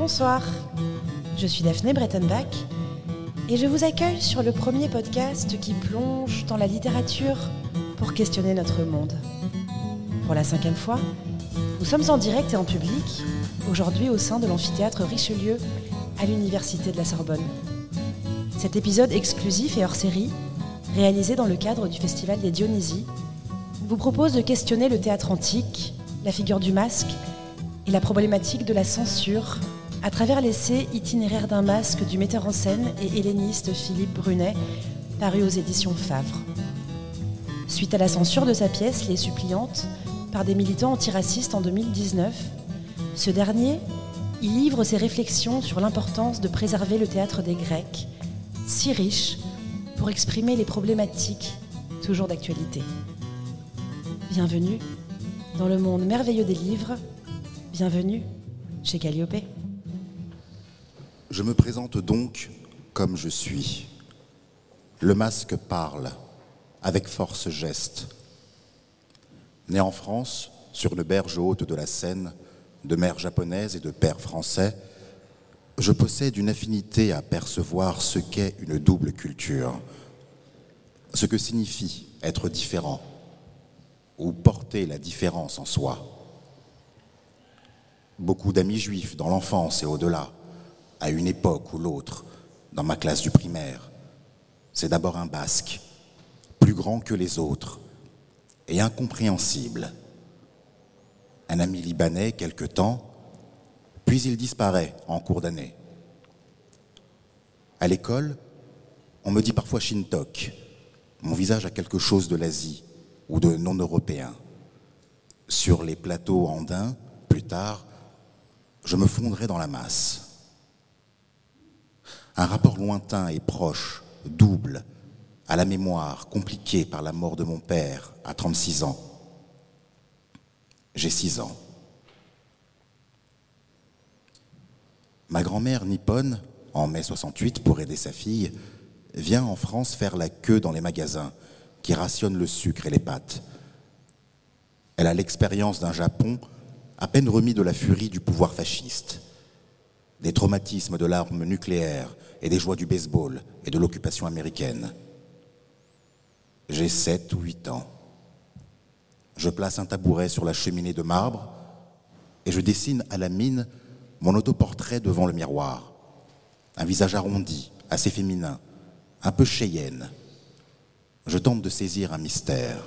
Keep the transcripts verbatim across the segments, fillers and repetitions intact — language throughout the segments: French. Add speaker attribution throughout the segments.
Speaker 1: Bonsoir, je suis Daphné Brettenbach et je vous accueille sur le premier podcast qui plonge dans la littérature pour questionner notre monde. Pour la cinquième fois, nous sommes en direct et en public, aujourd'hui au sein de l'amphithéâtre Richelieu à l'Université de la Sorbonne. Cet épisode exclusif et hors série, réalisé dans le cadre du Festival des Dionysies, vous propose de questionner le théâtre antique, la figure du masque et la problématique de la censure à travers l'essai Itinéraire d'un masque du metteur en scène et helléniste Philippe Brunet, paru aux éditions Favre. Suite à la censure de sa pièce Les Suppliantes par des militants antiracistes en deux mille dix-neuf, ce dernier y livre ses réflexions sur l'importance de préserver le théâtre des Grecs, si riche pour exprimer les problématiques toujours d'actualité. Bienvenue dans le monde merveilleux des livres, bienvenue chez Calliope.
Speaker 2: Je me présente donc comme je suis. Le masque parle, avec force geste. Né en France, sur une berge haute de la Seine, de mère japonaise et de père français, je possède une affinité à percevoir ce qu'est une double culture, ce que signifie être différent, ou porter la différence en soi. Beaucoup d'amis juifs dans l'enfance et au-delà, à une époque ou l'autre, dans ma classe du primaire. C'est d'abord un basque, plus grand que les autres et incompréhensible. Un ami libanais quelque temps, puis il disparaît en cours d'année. À l'école, on me dit parfois Shintok. Mon visage a quelque chose de l'Asie ou de non-européen. Sur les plateaux andins, plus tard, je me fondrai dans la masse. Un rapport lointain et proche, double, à la mémoire, compliqué par la mort de mon père à trente-six ans. J'ai six ans. Ma grand-mère nippone, en mai soixante-huit, pour aider sa fille, vient en France faire la queue dans les magasins qui rationnent le sucre et les pâtes. Elle a l'expérience d'un Japon à peine remis de la furie du pouvoir fasciste, des traumatismes de l'arme nucléaire et des joies du baseball et de l'occupation américaine. J'ai sept ou huit ans. Je place un tabouret sur la cheminée de marbre et je dessine à la mine mon autoportrait devant le miroir. Un visage arrondi, assez féminin, un peu Cheyenne. Je tente de saisir un mystère.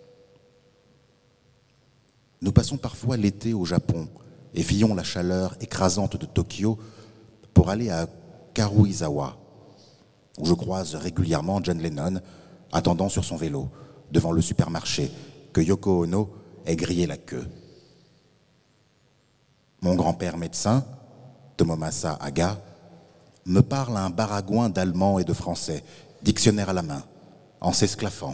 Speaker 2: Nous passons parfois l'été au Japon et fuyons la chaleur écrasante de Tokyo pour aller à Karuizawa, où je croise régulièrement John Lennon attendant sur son vélo devant le supermarché que Yoko Ono ait grillé la queue. Mon grand-père médecin, Tomomasa Aga, me parle à un baragouin d'allemand et de français, dictionnaire à la main, en s'esclaffant.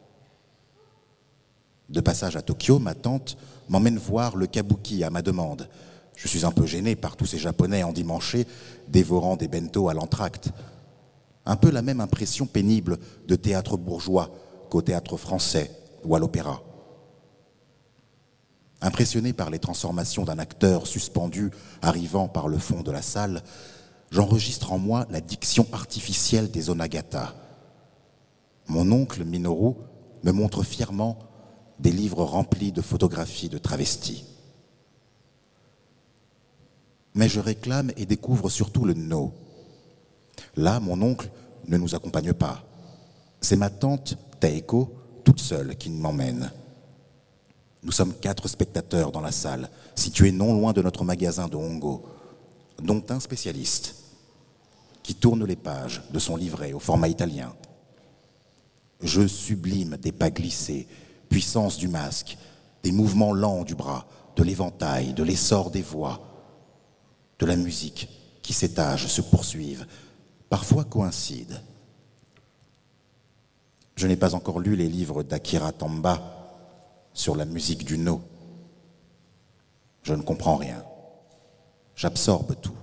Speaker 2: De passage à Tokyo, ma tante m'emmène voir le kabuki à ma demande. Je suis un peu gêné par tous ces Japonais endimanchés dévorant des bento à l'entracte. Un peu la même impression pénible de théâtre bourgeois qu'au théâtre français ou à l'opéra. Impressionné par les transformations d'un acteur suspendu arrivant par le fond de la salle, j'enregistre en moi la diction artificielle des Onagata. Mon oncle Minoru me montre fièrement des livres remplis de photographies de travestis. Mais je réclame et découvre surtout le no. Là, mon oncle ne nous accompagne pas. C'est ma tante Taeko, toute seule, qui m'emmène. Nous sommes quatre spectateurs dans la salle, située non loin de notre magasin de Hongo, dont un spécialiste, qui tourne les pages de son livret au format italien. Jeu sublime des pas glissés, puissance du masque, des mouvements lents du bras, de l'éventail, de l'essor des voix, de la musique qui s'étage, se poursuivent, parfois coïncident. Je n'ai pas encore lu les livres d'Akira Tamba sur la musique du no. Je ne comprends rien. J'absorbe tout.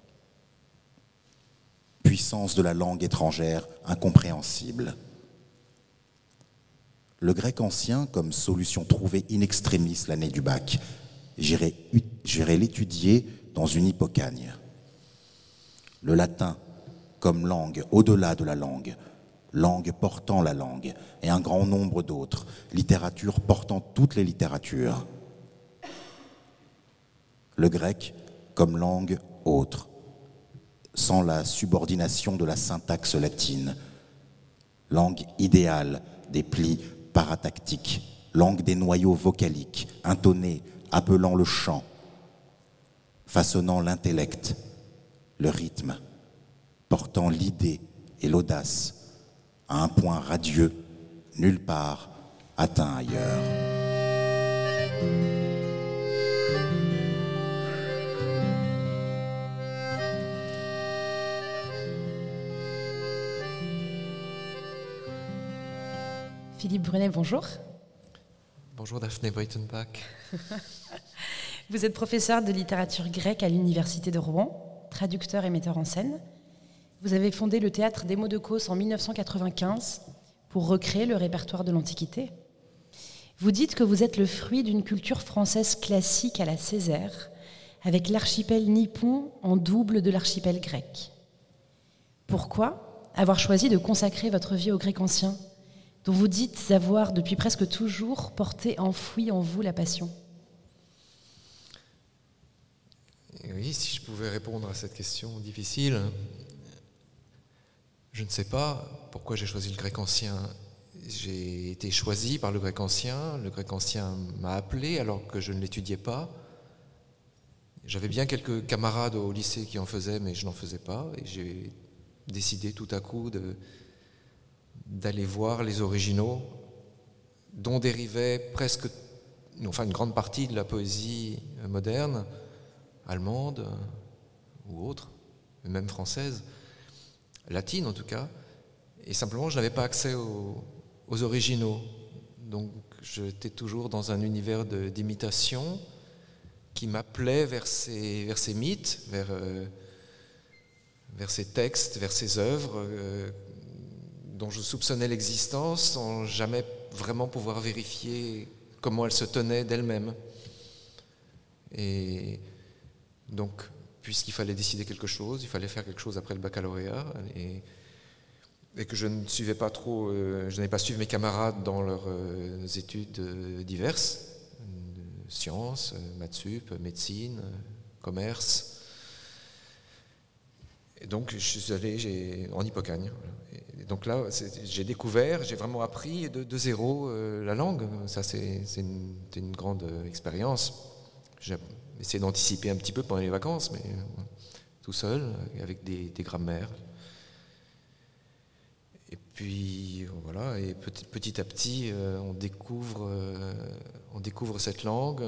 Speaker 2: Puissance de la langue étrangère incompréhensible. Le grec ancien comme solution trouvée in extremis l'année du bac. J'irai, j'irai l'étudier dans une hippocagne. Le latin comme langue au-delà de la langue, langue portant la langue, et un grand nombre d'autres, littérature portant toutes les littératures. Le grec comme langue autre, sans la subordination de la syntaxe latine, langue idéale des plis paratactiques, langue des noyaux vocaliques, intonés, appelant le chant, façonnant l'intellect, le rythme, portant l'idée et l'audace à un point radieux, nulle part atteint ailleurs.
Speaker 1: Philippe Brunet, bonjour.
Speaker 3: Bonjour Daphné Breitenbach.
Speaker 1: Vous êtes professeur de littérature grecque à l'Université de Rouen, traducteur et metteur en scène. Vous avez fondé le théâtre Démodocos en mille neuf cent quatre-vingt-quinze pour recréer le répertoire de l'Antiquité. Vous dites que vous êtes le fruit d'une culture française classique à la Césaire, avec l'archipel nippon en double de l'archipel grec. Pourquoi avoir choisi de consacrer votre vie au grec ancien, dont vous dites avoir depuis presque toujours porté enfoui en vous la passion?
Speaker 3: Oui, si je pouvais répondre à cette question difficile, je ne sais pas pourquoi j'ai choisi le grec ancien. J'ai été choisi par le grec ancien, le grec ancien m'a appelé alors que je ne l'étudiais pas. J'avais bien quelques camarades au lycée qui en faisaient, mais je n'en faisais pas, et j'ai décidé tout à coup de... d'aller voir les originaux dont dérivait presque, enfin une grande partie de la poésie moderne, allemande ou autre, même française, latine en tout cas, et simplement je n'avais pas accès aux, aux originaux. Donc j'étais toujours dans un univers de, d'imitation qui m'appelait vers ces, vers ces mythes, vers, euh, vers ces textes, vers ces œuvres, euh, dont je soupçonnais l'existence sans jamais vraiment pouvoir vérifier comment elles se tenaient d'elles-mêmes. Et donc, puisqu'il fallait décider quelque chose, il fallait faire quelque chose après le baccalauréat, et, et que je ne suivais pas trop, euh, je n'avais pas suivi mes camarades dans leurs euh, études euh, diverses, de sciences, euh, maths sup, médecine, euh, commerce. Et donc, je suis allé j'ai, en hippocagne. Et donc là, j'ai découvert, j'ai vraiment appris de, de zéro euh, la langue. Ça, c'est, c'est, une, c'est une grande euh, expérience. J'ai essayé d'anticiper un petit peu pendant les vacances, mais euh, tout seul, avec des, des grammaires. Et puis, voilà, et petit, petit à petit, euh, on, découvre, euh, on découvre cette langue.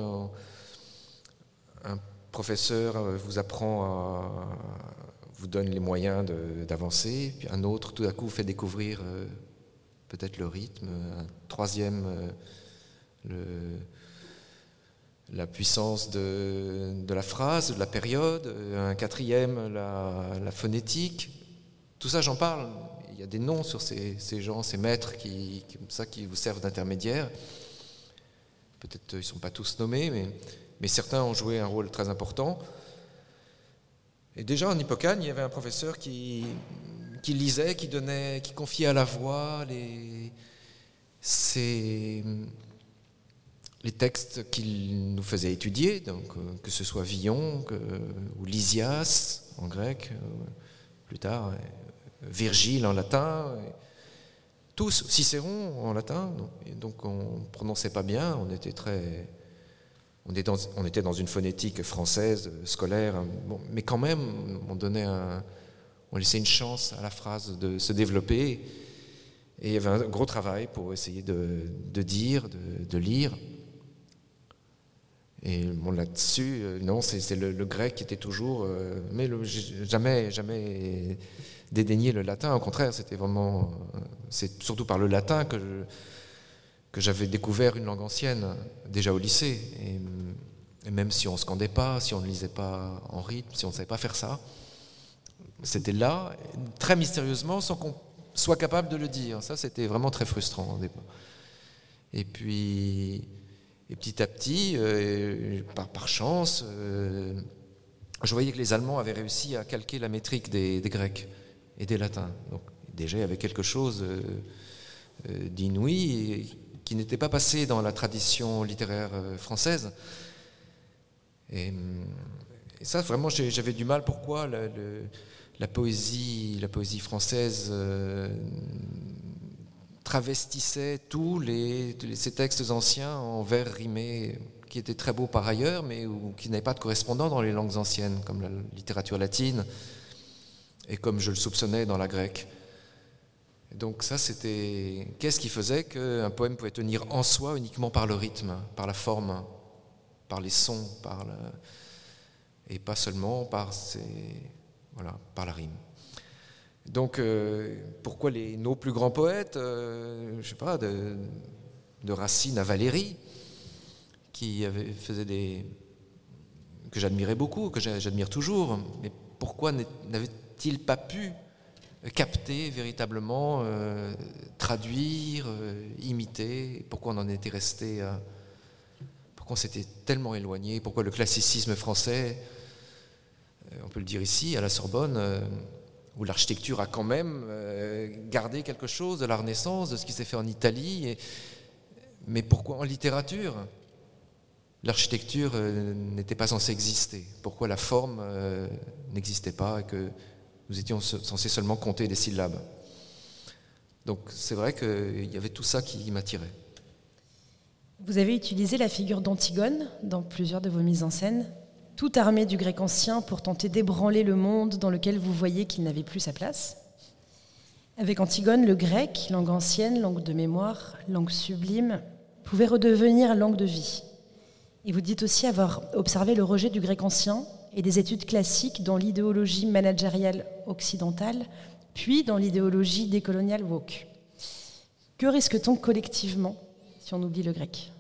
Speaker 3: Un professeur vous apprend à... vous donne les moyens de, d'avancer, puis un autre tout à coup vous fait découvrir euh, peut-être le rythme, un troisième euh, le, la puissance de, de la phrase, de la période, un quatrième la, la phonétique. Tout ça j'en parle, il y a des noms sur ces, ces gens, ces maîtres qui, qui, ça, qui vous servent d'intermédiaires. Peut-être ils ne sont pas tous nommés, mais, mais certains ont joué un rôle très important. Et déjà en hippocagne, il y avait un professeur qui, qui lisait, qui donnait, qui confiait à la voix les, ces, les textes qu'il nous faisait étudier, donc que ce soit Villon que, ou Lysias en grec, plus tard Virgile en latin, tous, Cicéron en latin. Et donc on ne prononçait pas bien, on était très On était, dans, on était dans une phonétique française, scolaire, bon, mais quand même, on donnait un, on laissait une chance à la phrase de se développer. Et il y avait un gros travail pour essayer de, de dire, de, de lire. Et bon, là-dessus, euh, non, c'est, c'est le, le grec qui était toujours... Euh, mais le, jamais, jamais dédaigné le latin. Au contraire, c'était vraiment... C'est surtout par le latin que je, que j'avais découvert une langue ancienne, déjà au lycée. Et, et même si on ne scandait pas, si on ne lisait pas en rythme, si on ne savait pas faire ça, c'était là, très mystérieusement, sans qu'on soit capable de le dire. Ça, c'était vraiment très frustrant au départ. Et puis, et petit à petit, euh, par, par chance, euh, je voyais que les Allemands avaient réussi à calquer la métrique des, des Grecs et des Latins. Donc déjà, il y avait quelque chose euh, euh, d'inouï et qui n'était pas passé dans la tradition littéraire euh, française. Et, et ça, vraiment, j'avais du mal. Pourquoi le, le, la poésie, la poésie française euh, travestissait tous les, les, ces textes anciens en vers rimés, qui étaient très beaux par ailleurs, mais où, qui n'avaient pas de correspondant dans les langues anciennes, comme la littérature latine, et comme je le soupçonnais dans la grecque. Et donc ça, c'était... Qu'est-ce qui faisait qu'un poème pouvait tenir en soi uniquement par le rythme, par la forme, par les sons, par le... et pas seulement par, ces... voilà, par la rime. Donc, euh, pourquoi les, nos plus grands poètes, euh, je ne sais pas, de, de Racine à Valéry, qui avait, faisait des... que j'admirais beaucoup, que j'admire toujours, mais pourquoi n'avait-il pas pu capter véritablement, euh, traduire, euh, imiter? Pourquoi on en était resté à... Pourquoi on s'était tellement éloigné? Pourquoi le classicisme français, euh, on peut le dire ici, à la Sorbonne, euh, où l'architecture a quand même euh, gardé quelque chose de la Renaissance, de ce qui s'est fait en Italie, et... mais pourquoi en littérature l'architecture euh, n'était pas censée exister? Pourquoi la forme euh, n'existait pas et que nous étions censés seulement compter des syllabes? Donc c'est vrai qu'il y avait tout ça qui m'attirait.
Speaker 1: Vous avez utilisé la figure d'Antigone dans plusieurs de vos mises en scène, tout armée du grec ancien pour tenter d'ébranler le monde dans lequel vous voyez qu'il n'avait plus sa place. Avec Antigone, le grec, langue ancienne, langue de mémoire, langue sublime, pouvait redevenir langue de vie. Et vous dites aussi avoir observé le rejet du grec ancien et des études classiques dans l'idéologie managériale occidentale, puis dans l'idéologie décoloniale woke. Que risque-t-on collectivement si on oublie le grec?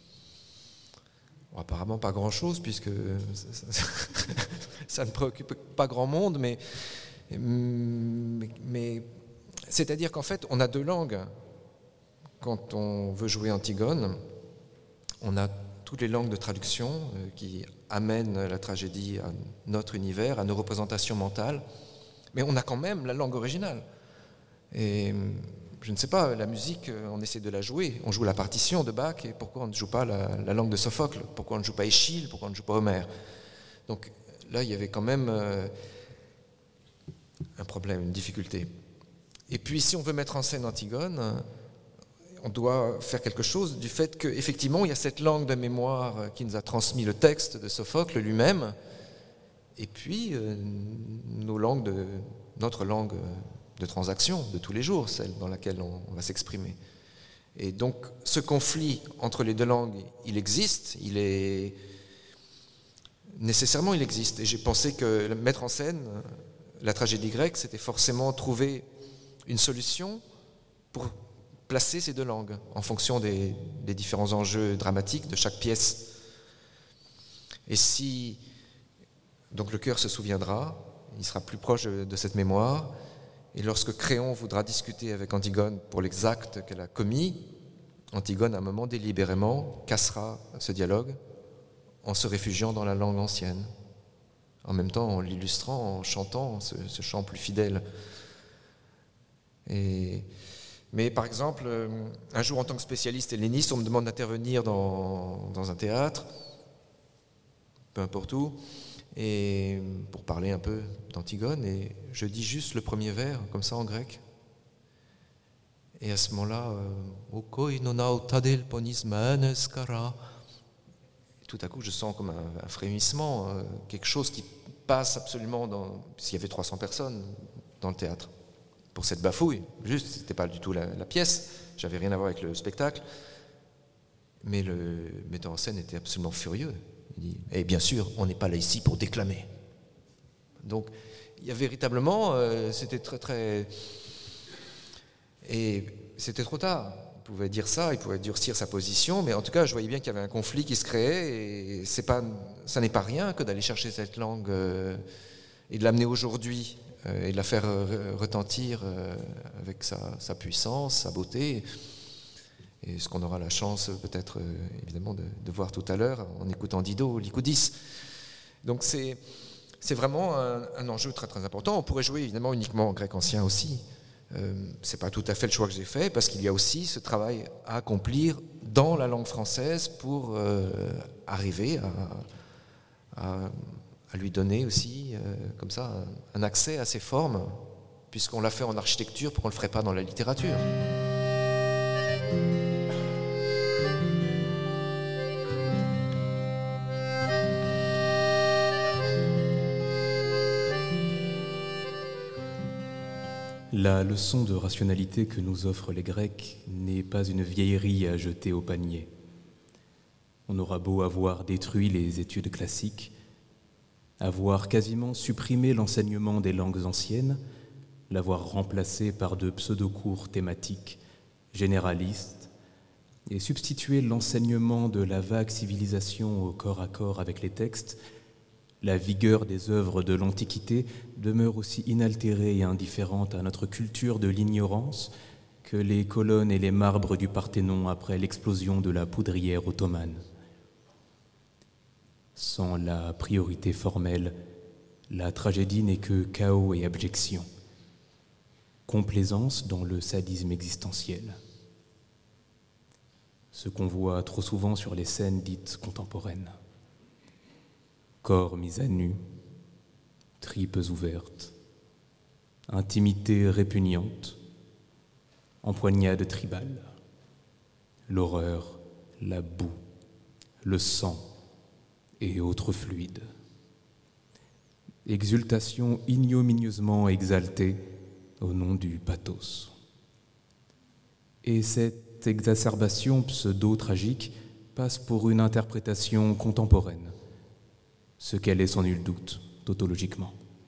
Speaker 3: Bon, apparemment pas grand-chose, puisque ça, ça, ça ne préoccupe pas grand monde, mais, mais, mais c'est-à-dire qu'en fait, on a deux langues. Quand on veut jouer Antigone, on a toutes les langues de traduction euh, qui amènent la tragédie à notre univers, à nos représentations mentales, mais on a quand même la langue originale. Et je ne sais pas, la musique, on essaie de la jouer, on joue la partition de Bach, et pourquoi on ne joue pas la, la langue de Sophocle? Pourquoi on ne joue pas Échille? Pourquoi on ne joue pas Homère? Donc là, il y avait quand même euh, un problème, une difficulté. Et puis, si on veut mettre en scène Antigone, on doit faire quelque chose du fait qu'effectivement, il y a cette langue de mémoire qui nous a transmis le texte de Sophocle lui-même, et puis euh, nos langues de, notre langue de transaction de tous les jours, celle dans laquelle on, on va s'exprimer. Et donc, ce conflit entre les deux langues, il existe, il est... Nécessairement, il existe. Et j'ai pensé que mettre en scène la tragédie grecque, c'était forcément trouver une solution pour placer ces deux langues en fonction des, des différents enjeux dramatiques de chaque pièce. Et si donc le cœur se souviendra, il sera plus proche de, de cette mémoire, et lorsque Créon voudra discuter avec Antigone pour les actes qu'elle a commis, Antigone, à un moment délibérément, cassera ce dialogue en se réfugiant dans la langue ancienne, en même temps en l'illustrant, en chantant ce, ce chant plus fidèle. Et... Mais par exemple, un jour en tant que spécialiste helléniste, on me demande d'intervenir dans, dans un théâtre, peu importe où, et pour parler un peu d'Antigone, et je dis juste le premier vers, comme ça en grec. Et à ce moment-là, tout à coup, je sens comme un, un frémissement, quelque chose qui passe absolument dans... S'il y avait trois cents personnes dans le théâtre. Pour cette bafouille, juste, c'était pas du tout la, la pièce, j'avais rien à voir avec le spectacle, mais le metteur en scène était absolument furieux. Il dit, et bien sûr, on n'est pas là ici pour déclamer. Donc, il y a véritablement, euh, c'était très très, et c'était trop tard. Il pouvait dire ça, il pouvait durcir sa position, mais en tout cas, je voyais bien qu'il y avait un conflit qui se créait, et c'est pas, ça n'est pas rien que d'aller chercher cette langue euh, et de l'amener aujourd'hui. Et de la faire retentir avec sa, sa puissance, sa beauté, et ce qu'on aura la chance peut-être évidemment de, de voir tout à l'heure en écoutant Dido, Lycoudis. Donc c'est, c'est vraiment un, un enjeu très très important. On pourrait jouer évidemment uniquement en grec ancien aussi. Euh, c'est pas tout à fait le choix que j'ai fait, parce qu'il y a aussi ce travail à accomplir dans la langue française pour euh, arriver à, à, à lui donner aussi, euh, comme ça, un accès à ces formes, puisqu'on l'a fait en architecture, pourquoi on ne le ferait pas dans la littérature ?
Speaker 4: La leçon de rationalité que nous offrent les Grecs n'est pas une vieillerie à jeter au panier. On aura beau avoir détruit les études classiques, avoir quasiment supprimé l'enseignement des langues anciennes, l'avoir remplacé par de pseudo-cours thématiques, généralistes, et substituer l'enseignement de la vague civilisation au corps à corps avec les textes, la vigueur des œuvres de l'Antiquité demeure aussi inaltérée et indifférente à notre culture de l'ignorance que les colonnes et les marbres du Parthénon après l'explosion de la poudrière ottomane. Sans la priorité formelle, la tragédie n'est que chaos et abjection, complaisance dans le sadisme existentiel. Ce qu'on voit trop souvent sur les scènes dites contemporaines. Corps mis à nu, tripes ouvertes, intimité répugnante, empoignade tribale, l'horreur, la boue, le sang et autres fluides. Exultation ignominieusement exaltée au nom du pathos. Et cette exacerbation pseudo-tragique passe pour une interprétation contemporaine, ce qu'elle est sans nul doute, tautologiquement.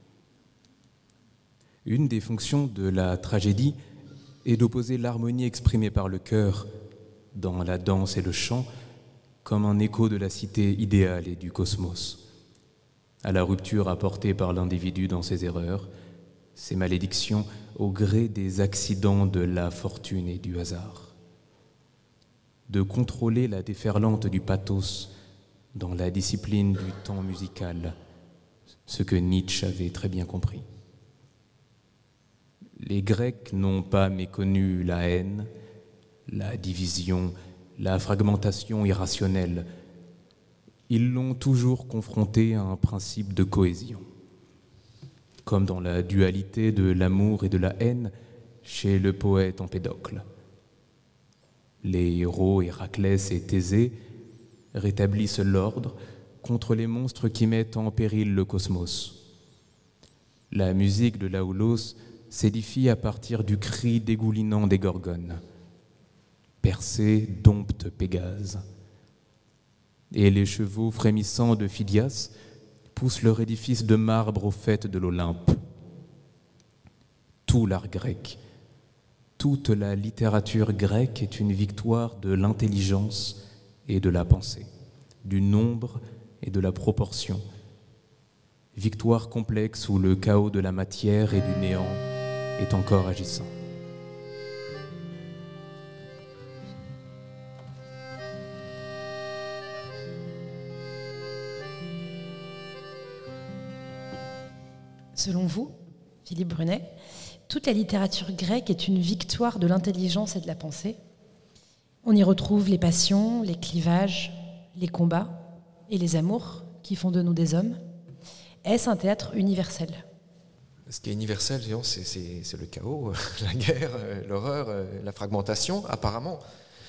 Speaker 4: Une des fonctions de la tragédie est d'opposer l'harmonie exprimée par le cœur dans la danse et le chant comme un écho de la cité idéale et du cosmos, à la rupture apportée par l'individu dans ses erreurs, ses malédictions au gré des accidents de la fortune et du hasard. De contrôler la déferlante du pathos dans la discipline du temps musical, ce que Nietzsche avait très bien compris. Les Grecs n'ont pas méconnu la haine, la division, la fragmentation irrationnelle. Ils l'ont toujours confronté à un principe de cohésion, comme dans la dualité de l'amour et de la haine chez le poète Empédocle. Les héros Héraclès et Thésée rétablissent l'ordre contre les monstres qui mettent en péril le cosmos. La musique de l'Aoulos s'édifie à partir du cri dégoulinant des gorgones. Persée dompte Pégase. Et les chevaux frémissants de Phidias poussent leur édifice de marbre aux fêtes de l'Olympe. Tout l'art grec, toute la littérature grecque est une victoire de l'intelligence et de la pensée, du nombre et de la proportion. Victoire complexe où le chaos de la matière et du néant est encore agissant.
Speaker 1: Selon vous, Philippe Brunet, toute la littérature grecque est une victoire de l'intelligence et de la pensée. On y retrouve les passions, les clivages, les combats et les amours qui font de nous des hommes. Est-ce un théâtre universel ?
Speaker 3: Ce qui est universel, c'est, c'est, c'est le chaos, la guerre, l'horreur, la fragmentation, apparemment.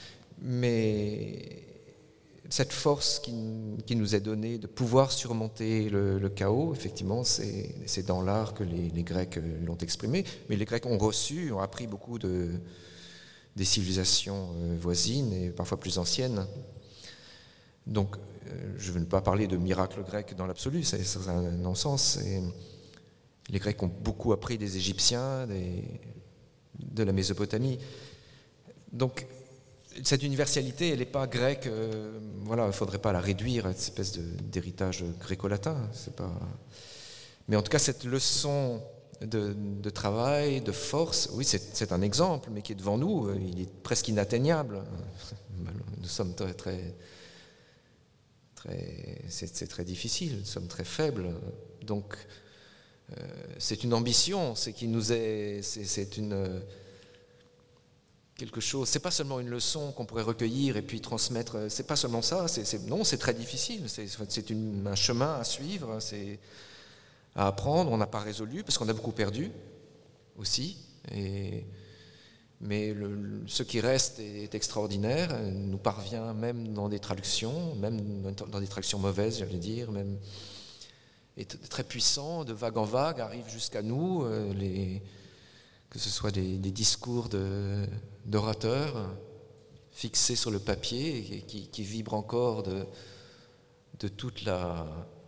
Speaker 3: Mais cette force qui, qui nous est donnée de pouvoir surmonter le, le chaos, effectivement, c'est, c'est dans l'art que les, les Grecs l'ont exprimé. Mais les Grecs ont reçu, ont appris beaucoup de, des civilisations voisines et parfois plus anciennes. Donc, je ne veux pas parler de miracle grec dans l'absolu, c'est, c'est un non-sens. Et les Grecs ont beaucoup appris des Égyptiens, des, de la Mésopotamie. Donc, cette universalité, elle n'est pas grecque. Euh, voilà, il ne faudrait pas la réduire à une espèce de, d'héritage gréco-latin. C'est pas... Mais en tout cas, cette leçon de, de travail, de force, oui, c'est, c'est un exemple, mais qui est devant nous. Il est presque inatteignable. Nous sommes très... très, très c'est, c'est très difficile. Nous sommes très faibles Donc, euh, c'est une ambition, c'est qu'il nous est, c'est, c'est une euh, quelque chose. C'est pas seulement une leçon qu'on pourrait recueillir et puis transmettre. C'est pas seulement ça. C'est, c'est, non, c'est très difficile. C'est, c'est une, un chemin à suivre. C'est à apprendre. On n'a pas résolu parce qu'on a beaucoup perdu aussi. Et mais le, ce qui reste est extraordinaire, nous parvient même dans des traductions, même dans des traductions mauvaises, j'allais dire, même est très puissant, de vague en vague, arrive jusqu'à nous, euh, les, que ce soit des, des discours de, d'orateurs fixés sur le papier et qui, qui vibrent encore de, de toute la...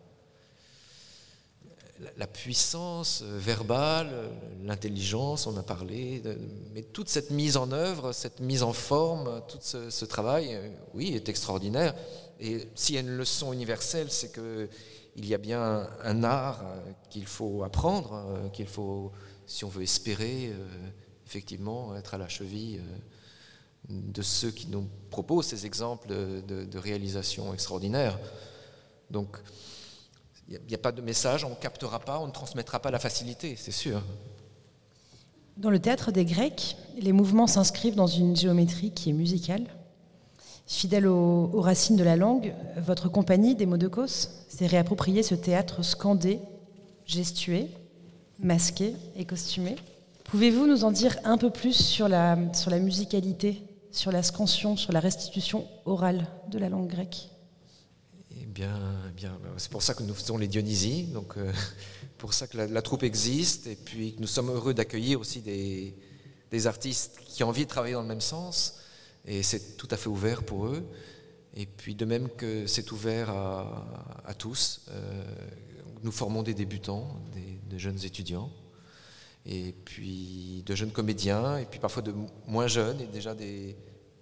Speaker 3: la puissance verbale, l'intelligence, on a parlé, de, mais toute cette mise en œuvre, cette mise en forme, tout ce, ce travail, oui, est extraordinaire. Et s'il y a une leçon universelle, c'est qu'il y a bien un art qu'il faut apprendre, qu'il faut, si on veut espérer, effectivement, être à la cheville de ceux qui nous proposent ces exemples de, de réalisation extraordinaire. Donc, il n'y a pas de message, on ne captera pas, on ne transmettra pas la facilité, c'est sûr.
Speaker 1: Dans le théâtre des Grecs, les mouvements s'inscrivent dans une géométrie qui est musicale. Fidèle aux, aux racines de la langue, votre compagnie, Démodocos, s'est réapproprié ce théâtre scandé, gestué, masqué et costumé. Pouvez-vous nous en dire un peu plus sur la, sur la musicalité, sur la scansion, sur la restitution orale de la langue grecque ?
Speaker 3: Eh bien, eh bien, c'est pour ça que nous faisons les Dionysies, donc euh, pour ça que la, la troupe existe, et puis que nous sommes heureux d'accueillir aussi des, des artistes qui ont envie de travailler dans le même sens, et c'est tout à fait ouvert pour eux. Et puis de même que c'est ouvert à, à tous, euh, nous formons des débutants, des, des jeunes étudiants, et puis de jeunes comédiens, et puis parfois de moins jeunes, et déjà des,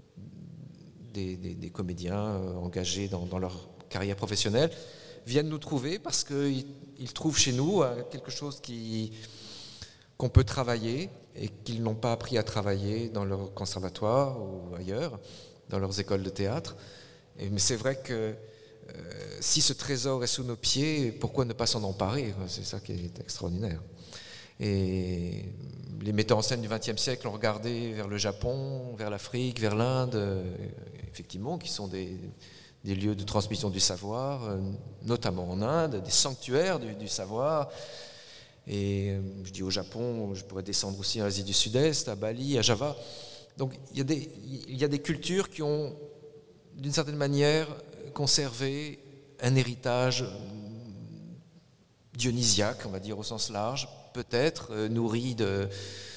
Speaker 3: des, des, des comédiens euh, engagés dans, dans leur carrière professionnelle, viennent nous trouver parce qu'ils ils trouvent chez nous quelque chose qui, qu'on peut travailler et qu'ils n'ont pas appris à travailler dans leur conservatoire ou ailleurs, dans leurs écoles de théâtre. Et, mais c'est vrai que euh, si ce trésor est sous nos pieds, pourquoi ne pas s'en emparer ? C'est ça qui est extraordinaire. Et les metteurs en scène du vingtième siècle ont regardé vers le Japon, vers l'Afrique, vers l'Inde, euh, effectivement, qui sont des... des lieux de transmission du savoir, notamment en Inde, des sanctuaires du, du savoir. Et je dis au Japon, je pourrais descendre aussi en Asie du Sud-Est, à Bali, à Java. Donc il y a des, il y a des cultures qui ont, d'une certaine manière, conservé un héritage dionysiaque, on va dire au sens large, peut-être euh, nourri de...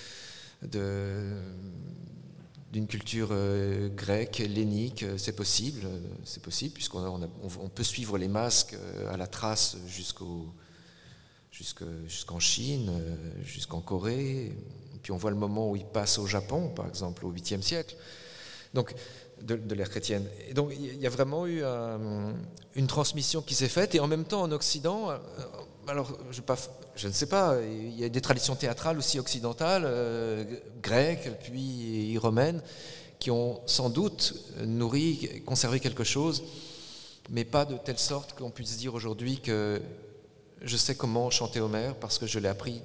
Speaker 3: de d'une culture euh, grecque, hellénique, euh, c'est possible, euh, c'est possible, puisqu'on a, on, a, on, on peut suivre les masques euh, à la trace jusqu'au, jusqu'au, jusqu'en Chine, euh, jusqu'en Corée, et puis on voit le moment où ils passent au Japon, par exemple, au huitième siècle, donc, de, de l'ère chrétienne. Et donc il y a vraiment eu un, une transmission qui s'est faite, et en même temps en Occident, euh, alors je, pas, je ne sais pas, il y a des traditions théâtrales aussi occidentales, euh, grecques, puis romaines, qui ont sans doute nourri, conservé quelque chose, mais pas de telle sorte qu'on puisse dire aujourd'hui que je sais comment chanter Homère parce que je l'ai appris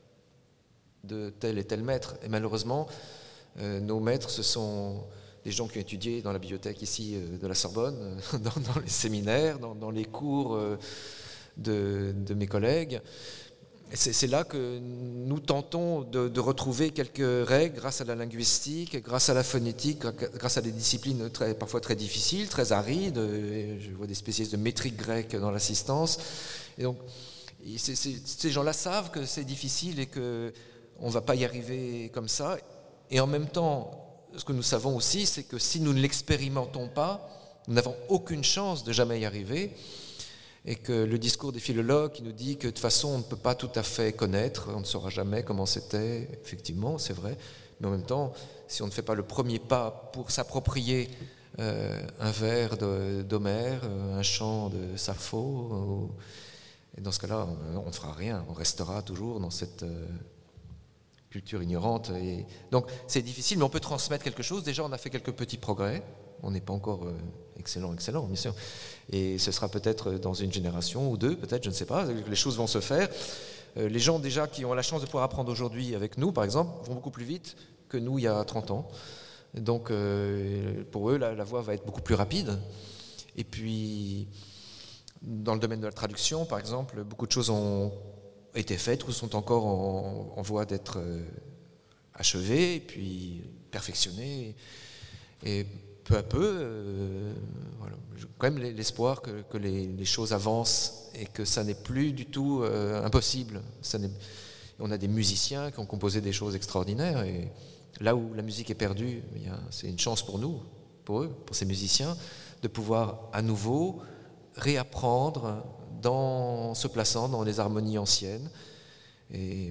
Speaker 3: de tel et tel maître. Et malheureusement, euh, nos maîtres, ce sont des gens qui ont étudié dans la bibliothèque ici euh, de la Sorbonne, dans, dans les séminaires, dans, dans les cours euh, de, de mes collègues. C'est, c'est là que nous tentons de, de retrouver quelques règles grâce à la linguistique, grâce à la phonétique, grâce à des disciplines très, parfois très difficiles, très arides. Je vois des spécialistes de métrique grecque dans l'assistance. Et donc, c'est, c'est, ces gens-là savent que c'est difficile et qu'on ne va pas y arriver comme ça. Et en même temps, ce que nous savons aussi, c'est que si nous ne l'expérimentons pas, nous n'avons aucune chance de jamais y arriver. Et que le discours des philologues qui nous dit que de toute façon on ne peut pas tout à fait connaître, on ne saura jamais comment c'était, effectivement c'est vrai, mais en même temps si on ne fait pas le premier pas pour s'approprier euh, un vers de, d'Homère, un chant de Sappho, ou, et dans ce cas-là on ne fera rien, on restera toujours dans cette euh, culture ignorante. Et donc c'est difficile, mais on peut transmettre quelque chose. Déjà on a fait quelques petits progrès, on n'est pas encore euh, excellent, excellent, bien sûr. Et ce sera peut-être dans une génération ou deux, peut-être, je ne sais pas, les choses vont se faire. Euh, les gens déjà qui ont la chance de pouvoir apprendre aujourd'hui avec nous, par exemple, vont beaucoup plus vite que nous il y a trente ans. Donc euh, pour eux, la, la voie va être beaucoup plus rapide. Et puis, dans le domaine de la traduction, par exemple, beaucoup de choses ont été faites ou sont encore en, en voie d'être euh, achevées et puis perfectionnées. Et peu à peu, euh, voilà, j'ai quand même l'espoir que, que les, les choses avancent et que ça n'est plus du tout euh, impossible. Ça n'est, on a des musiciens qui ont composé des choses extraordinaires et là où la musique est perdue, eh bien, c'est une chance pour nous, pour eux, pour ces musiciens, de pouvoir à nouveau réapprendre dans se plaçant dans les harmonies anciennes. Et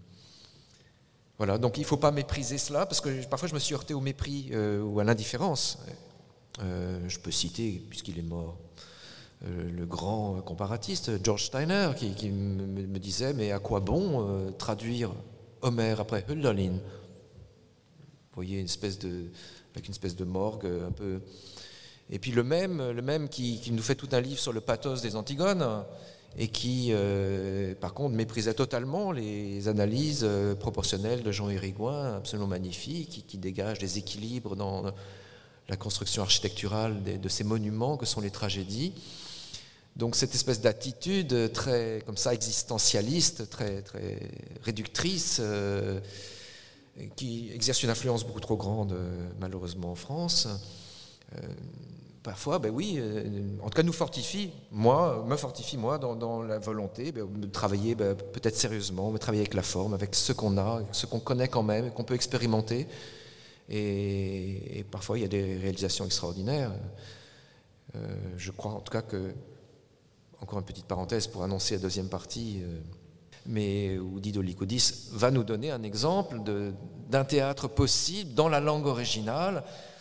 Speaker 3: voilà, donc il ne faut pas mépriser cela, parce que parfois je me suis heurté au mépris euh, ou à l'indifférence. Euh, je peux citer, puisqu'il est mort, euh, le grand comparatiste George Steiner, qui, qui me, me disait, mais à quoi bon euh, traduire Homère après Hölderlin ? Vous voyez, une espèce de, avec une espèce de morgue un peu... Et puis le même, le même qui, qui nous fait tout un livre sur le pathos des Antigones, et qui, euh, par contre, méprisait totalement les analyses euh, proportionnelles de Jean Hérigoyen, absolument magnifiques, qui, qui dégagent des équilibres dans la construction architecturale de, de ces monuments que sont les tragédies. Donc cette espèce d'attitude très, comme ça, existentialiste, très, très réductrice, euh, qui exerce une influence beaucoup trop grande, euh, malheureusement, en France, euh, parfois, ben oui, euh, en tout cas nous fortifie, moi, me fortifie moi dans, dans la volonté ben, de travailler ben, peut-être sérieusement, de travailler avec la forme, avec ce qu'on a, avec ce qu'on connaît quand même, qu'on peut expérimenter. Et, et parfois il y a des réalisations extraordinaires. Euh, je crois en tout cas que, encore une petite parenthèse pour annoncer la deuxième partie, euh, mais où Dido Lykoudis va nous donner un exemple de, d'un théâtre possible dans la langue originale.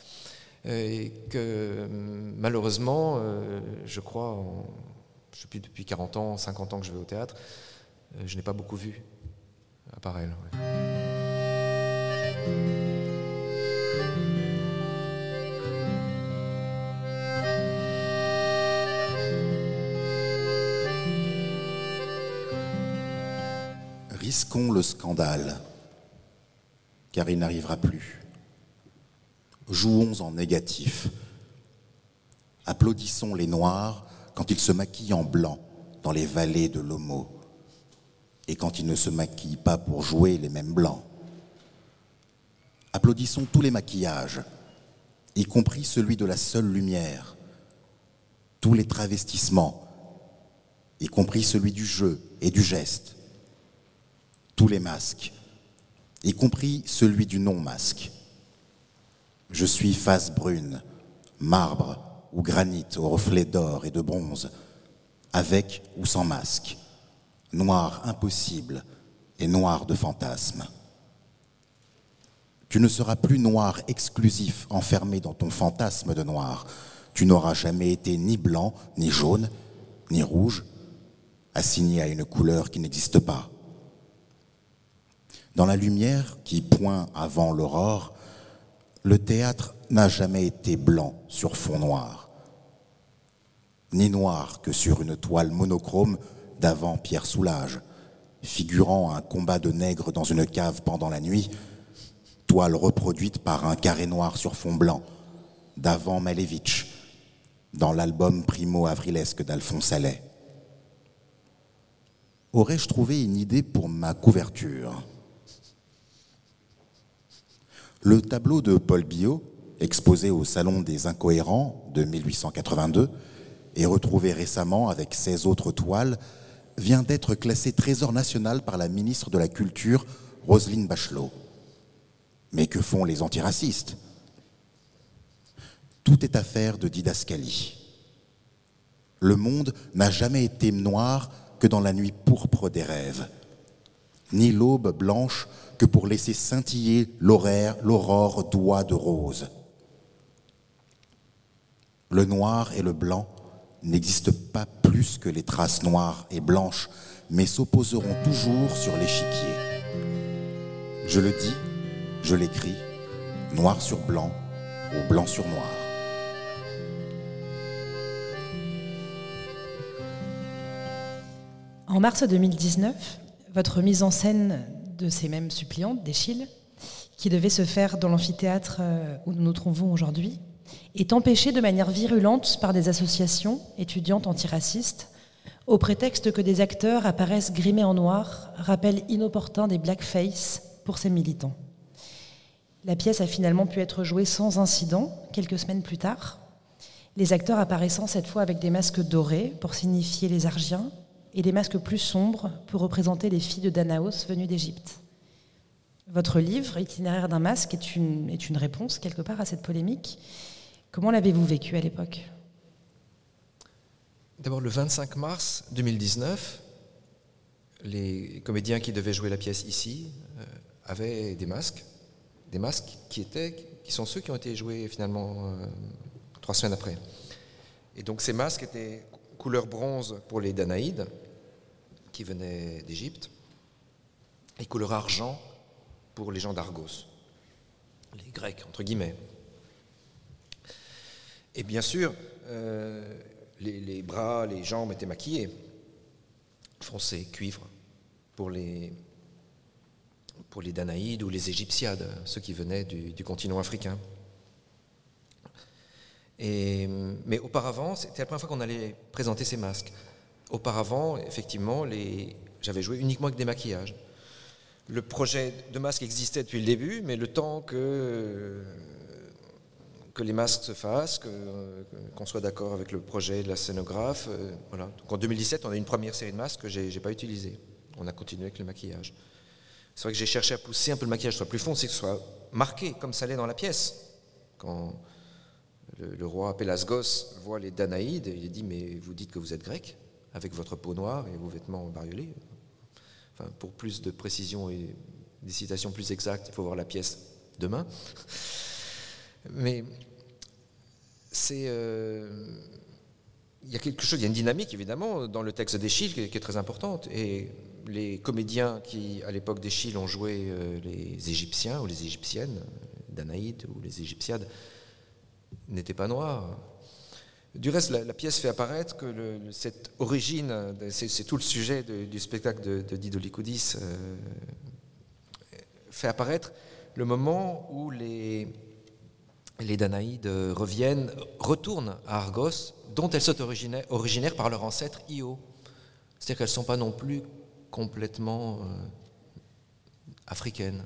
Speaker 3: Et que malheureusement, euh, je crois, en, je ne sais plus, depuis quarante ans, cinquante ans que je vais au théâtre, euh, je n'ai pas beaucoup vu, à part elle. Ouais.
Speaker 2: Risquons le scandale, car il n'arrivera plus. Jouons en négatif. Applaudissons les Noirs quand ils se maquillent en blanc dans les vallées de l'Homo et quand ils ne se maquillent pas pour jouer les mêmes blancs. Applaudissons tous les maquillages, y compris celui de la seule lumière, tous les travestissements, y compris celui du jeu et du geste, tous les masques, y compris celui du non-masque. Je suis face brune, marbre ou granit aux reflets d'or et de bronze, avec ou sans masque, noir impossible et noir de fantasme. Tu ne seras plus noir exclusif enfermé dans ton fantasme de noir. Tu n'auras jamais été ni blanc, ni jaune, ni rouge, assigné à une couleur qui n'existe pas. Dans la lumière qui point avant l'aurore, le théâtre n'a jamais été blanc sur fond noir, ni noir que sur une toile monochrome d'avant Pierre Soulages, figurant un combat de nègres dans une cave pendant la nuit, toile reproduite par un carré noir sur fond blanc d'avant Malevich, dans l'album primo-avrilesque d'Alphonse Allais. Aurais-je trouvé une idée pour ma couverture ? Le tableau de Paul Biot, exposé au Salon des Incohérents de mille huit cent quatre-vingt-deux et retrouvé récemment avec seize autres toiles, vient d'être classé trésor national par la ministre de la Culture, Roselyne Bachelot. Mais que font les antiracistes ? Tout est affaire de didascalie. Le monde n'a jamais été noir que dans la nuit pourpre des rêves, ni l'aube blanche que pour laisser scintiller l'horaire, l'aurore d'oie de rose. Le noir et le blanc n'existent pas plus que les traces noires et blanches, mais s'opposeront toujours sur l'échiquier. Je le dis, je l'écris, noir sur blanc ou blanc sur noir.
Speaker 1: En mars deux mille dix-neuf, votre mise en scène de ces mêmes suppliantes, d'Eschyle, qui devait se faire dans l'amphithéâtre où nous nous trouvons aujourd'hui, est empêchée de manière virulente par des associations étudiantes antiracistes, au prétexte que des acteurs apparaissent grimés en noir, rappel inopportun des blackface pour ces militants. La pièce a finalement pu être jouée sans incident, quelques semaines plus tard, les acteurs apparaissant cette fois avec des masques dorés pour signifier les Argiens et des masques plus sombres pour représenter les filles de Danaos venues d'Égypte. Votre livre, Itinéraire d'un masque, est une, est une réponse quelque part à cette polémique. Comment l'avez-vous vécu à l'époque ?
Speaker 3: D'abord, le vingt-cinq mars deux mille dix-neuf, les comédiens qui devaient jouer la pièce ici euh, avaient des masques, des masques qui, étaient, qui sont ceux qui ont été joués finalement euh, trois semaines après. Et donc ces masques étaient couleur bronze pour les Danaïdes, qui venaient d'Égypte, et couleur argent pour les gens d'Argos, les Grecs, entre guillemets. Et bien sûr, euh, les, les bras, les jambes étaient maquillés, foncé, cuivre, pour les, pour les Danaïdes ou les Égyptiades, ceux qui venaient du, du continent africain. Et, mais auparavant, c'était la première fois qu'on allait présenter ces masques. Auparavant, effectivement, les, j'avais joué uniquement avec des maquillages. Le projet de masque existait depuis le début, mais le temps que, que les masques se fassent, que, qu'on soit d'accord avec le projet de la scénographe, euh, voilà. Donc en deux mille dix-sept, on a une première série de masques que je n'ai pas utilisés. On a continué avec le maquillage. C'est vrai que j'ai cherché à pousser un peu le maquillage soit plus foncé, que ce soit marqué, comme ça l'est dans la pièce. Quand le, le roi Pélasgos voit les Danaïdes, il dit « Mais vous dites que vous êtes grec, avec votre peau noire et vos vêtements bariolés ?» Enfin, pour plus de précision et des citations plus exactes, il faut voir la pièce demain. Mais c'est, euh, il y a quelque chose, il y a une dynamique évidemment dans le texte d'Eschyle qui, qui est très importante. Et les comédiens qui, à l'époque d'Eschyle, ont joué euh, les Égyptiens ou les Égyptiennes, Danaïdes ou les Égyptiades, n'étaient pas noirs. Du reste, la, la pièce fait apparaître que le, cette origine, c'est, c'est tout le sujet de, du spectacle de, de Dido Lykoudis, euh, fait apparaître le moment où les, les Danaïdes reviennent, retournent à Argos, dont elles sont originaires, originaires par leur ancêtre Io. C'est-à-dire qu'elles ne sont pas non plus complètement euh, africaines.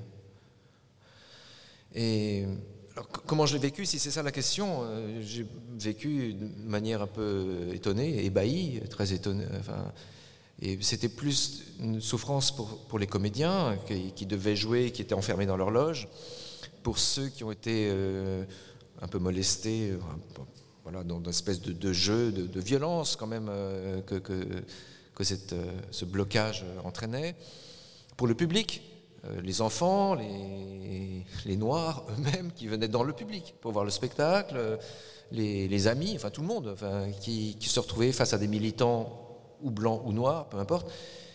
Speaker 3: Et alors, comment je l'ai vécu, si c'est ça la question, euh, j'ai vécu de manière un peu étonnée, ébahie, très étonnée. Enfin, et c'était plus une souffrance pour, pour les comédiens qui, qui devaient jouer, qui étaient enfermés dans leur loge, pour ceux qui ont été euh, un peu molestés, euh, voilà, dans une espèce de, de jeu, de, de violence quand même euh, que, que, que cette, euh, ce blocage entraînait. Pour le public, euh, les enfants, les, les Noirs eux-mêmes qui venaient dans le public pour voir le spectacle, les, les amis, enfin tout le monde, enfin, qui, qui se retrouvaient face à des militants ou blancs ou noirs, peu importe,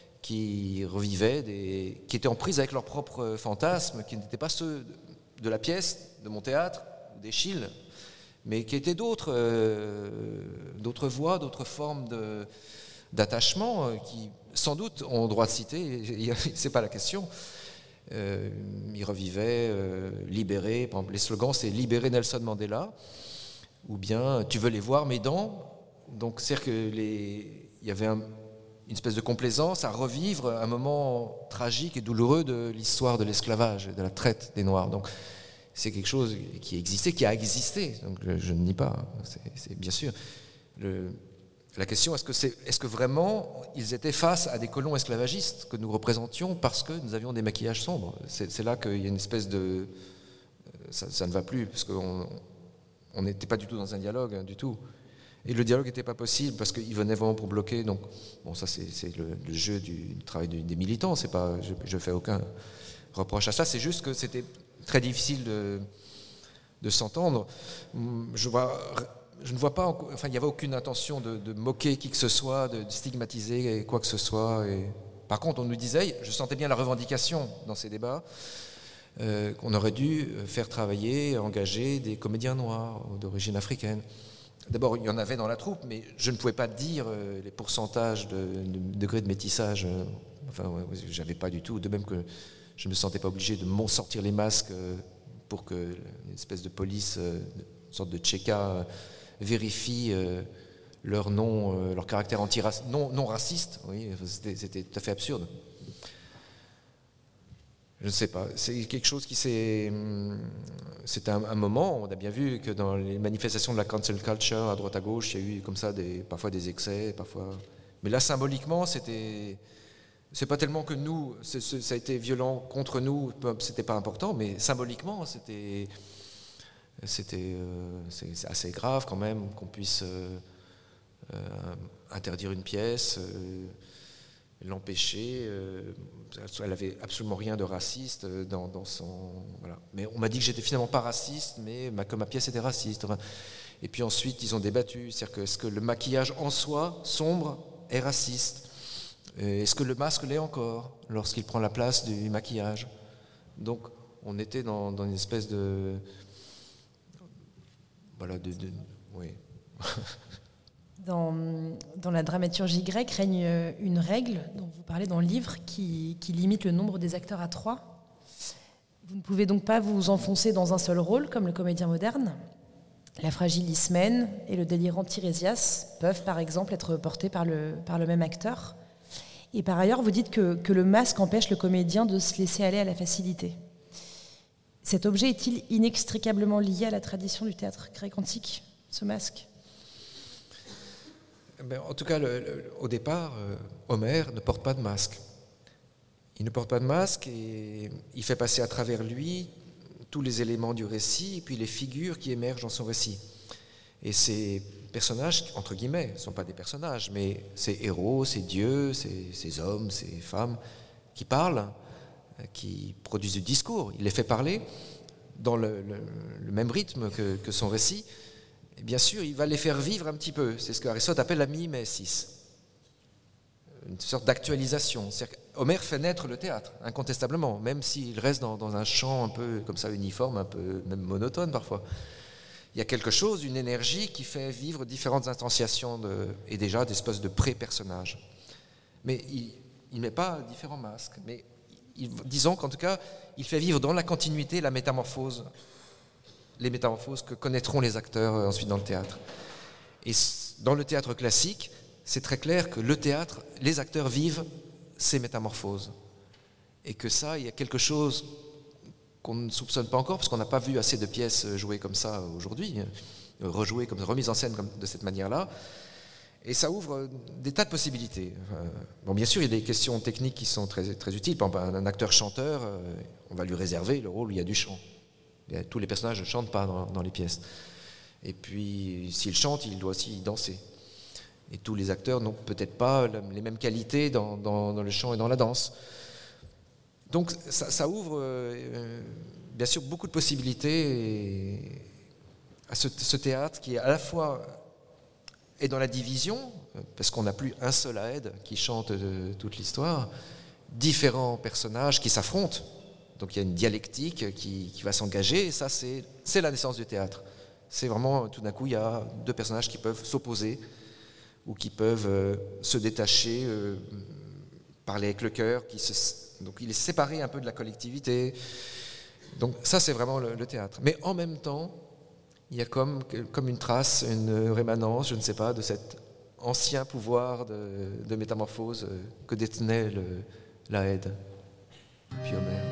Speaker 3: qui revivaient, des, qui étaient en prise avec leurs propres fantasmes, qui n'étaient pas ceux de la pièce, de mon théâtre, d'Eschyle, mais qui étaient d'autres, euh, d'autres voies, d'autres formes de, d'attachement, euh, qui sans doute ont droit de citer, c'est pas la question. Euh, ils revivaient, euh, libérés, par exemple, les slogans c'est « Libérer Nelson Mandela » ou bien « Tu veux les voir mes dents ?» Donc c'est-à-dire que les, il y avait un, une espèce de complaisance à revivre un moment tragique et douloureux de l'histoire de l'esclavage, de la traite des Noirs. Donc c'est quelque chose qui existait, qui a existé, donc je, je ne nie pas, c'est, c'est bien sûr. Le, la question, est-ce que, c'est, est-ce que vraiment ils étaient face à des colons esclavagistes que nous représentions parce que nous avions des maquillages sombres ? C'est, c'est là qu'il y a une espèce de... Ça, ça ne va plus, parce qu'on n'était pas du tout dans un dialogue, hein, du tout. Et le dialogue n'était pas possible parce qu'ils venaient vraiment pour bloquer. Donc, bon, ça c'est, c'est le, le jeu du, du travail du, des militants. C'est pas, je ne fais aucun reproche à ça. C'est juste que c'était très difficile de, de s'entendre. Je, vois, je ne vois pas, enfin, il n'y avait aucune intention de, de moquer qui que ce soit, de stigmatiser quoi que ce soit. Et, par contre, on nous disait, je sentais bien la revendication dans ces débats, euh, qu'on aurait dû faire travailler, engager des comédiens noirs d'origine africaine. d'abord, il y en avait dans la troupe, mais je ne pouvais pas dire euh, les pourcentages de, de degrés de métissage. Euh, enfin, ouais, ouais, j'avais pas du tout. De même que je ne me sentais pas obligé de m'en sortir les masques euh, pour que une espèce de police, euh, une sorte de tchéka, euh, vérifie euh, leur nom, euh, leur caractère anti non, non raciste. Oui, c'était, c'était tout à fait absurde. Je ne sais pas. C'est quelque chose qui s'est... C'est un, un moment, on a bien vu que dans les manifestations de la cancel culture, à droite à gauche, il y a eu comme ça des, parfois des excès, parfois... Mais là, symboliquement, c'était... C'est pas tellement que nous, c'est, c'est, ça a été violent contre nous, c'était pas important, mais symboliquement, c'était... C'était euh, c'est, c'est assez grave quand même qu'on puisse euh, euh, interdire une pièce... Euh, l'empêcher, euh, elle avait absolument rien de raciste dans, dans son... Voilà. Mais on m'a dit que j'étais finalement pas raciste, mais ma, que ma pièce était raciste. Enfin, et puis ensuite, ils ont débattu. C'est-à-dire que est-ce que le maquillage en soi, sombre, est raciste ? Est-ce que le masque l'est encore, lorsqu'il prend la place du maquillage ? Donc, on était dans, dans une espèce de... Voilà, de... de oui.
Speaker 1: Dans, dans la dramaturgie grecque règne une règle dont vous parlez dans le livre qui, qui limite le nombre des acteurs à trois. Vous ne pouvez donc pas vous enfoncer dans un seul rôle comme le comédien moderne. La fragile Ismène et le délirant Tirésias peuvent par exemple être portés par le, par le même acteur. Et par ailleurs, vous dites que, que le masque empêche le comédien de se laisser aller à la facilité. Cet objet est-il inextricablement lié à la tradition du théâtre grec antique, ce masque ?
Speaker 3: Ben, en tout cas, le, le, au départ, euh, Homère ne porte pas de masque. Il ne porte pas de masque et il fait passer à travers lui tous les éléments du récit et puis les figures qui émergent dans son récit. Et ces personnages, entre guillemets, ne sont pas des personnages, mais ces héros, ces dieux, ces, ces hommes, ces femmes qui parlent, qui produisent du discours. Il les fait parler dans le, le, le même rythme que, que son récit. Et bien sûr, il va les faire vivre un petit peu. C'est ce qu'Aristote appelle la mimesis, une sorte d'actualisation. Homère fait naître le théâtre, incontestablement, même s'il reste dans, dans un champ un peu comme ça uniforme, un peu même monotone parfois. Il y a quelque chose, une énergie qui fait vivre différentes instantiations de, et déjà des espèces de pré-personnages. Mais il ne met pas différents masques. Mais il, disons qu'en tout cas, il fait vivre dans la continuité la métamorphose. Les métamorphoses que connaîtront les acteurs ensuite dans le théâtre. Et dans le théâtre classique, c'est très clair que le théâtre, les acteurs vivent ces métamorphoses. Et que ça, il y a quelque chose qu'on ne soupçonne pas encore, parce qu'on n'a pas vu assez de pièces jouées comme ça aujourd'hui, rejouées, comme remises en scène comme de cette manière-là. Et ça ouvre des tas de possibilités. Bon, bien sûr, il y a des questions techniques qui sont très, très utiles. Par exemple, un acteur-chanteur, on va lui réserver le rôle où il y a du chant. Tous les personnages ne chantent pas dans, dans les pièces. Et puis, s'il chante, il doit aussi danser. Et tous les acteurs n'ont peut-être pas les mêmes qualités dans, dans, dans le chant et dans la danse. Donc, ça, ça ouvre, euh, bien sûr, beaucoup de possibilités à ce, ce théâtre qui, à la fois, est dans la division, parce qu'on n'a plus un seul Aède qui chante de toute l'histoire, différents personnages qui s'affrontent. Donc il y a une dialectique qui, qui va s'engager, et ça c'est, c'est la naissance du théâtre. C'est vraiment, tout d'un coup, il y a deux personnages qui peuvent s'opposer, ou qui peuvent euh, se détacher, euh, parler avec le cœur, qui se, donc il est séparé un peu de la collectivité. Donc ça c'est vraiment le, le théâtre. Mais en même temps, il y a comme, comme une trace, une rémanence, je ne sais pas, de cet ancien pouvoir de, de métamorphose que détenait le, l'Aède, puis Homère.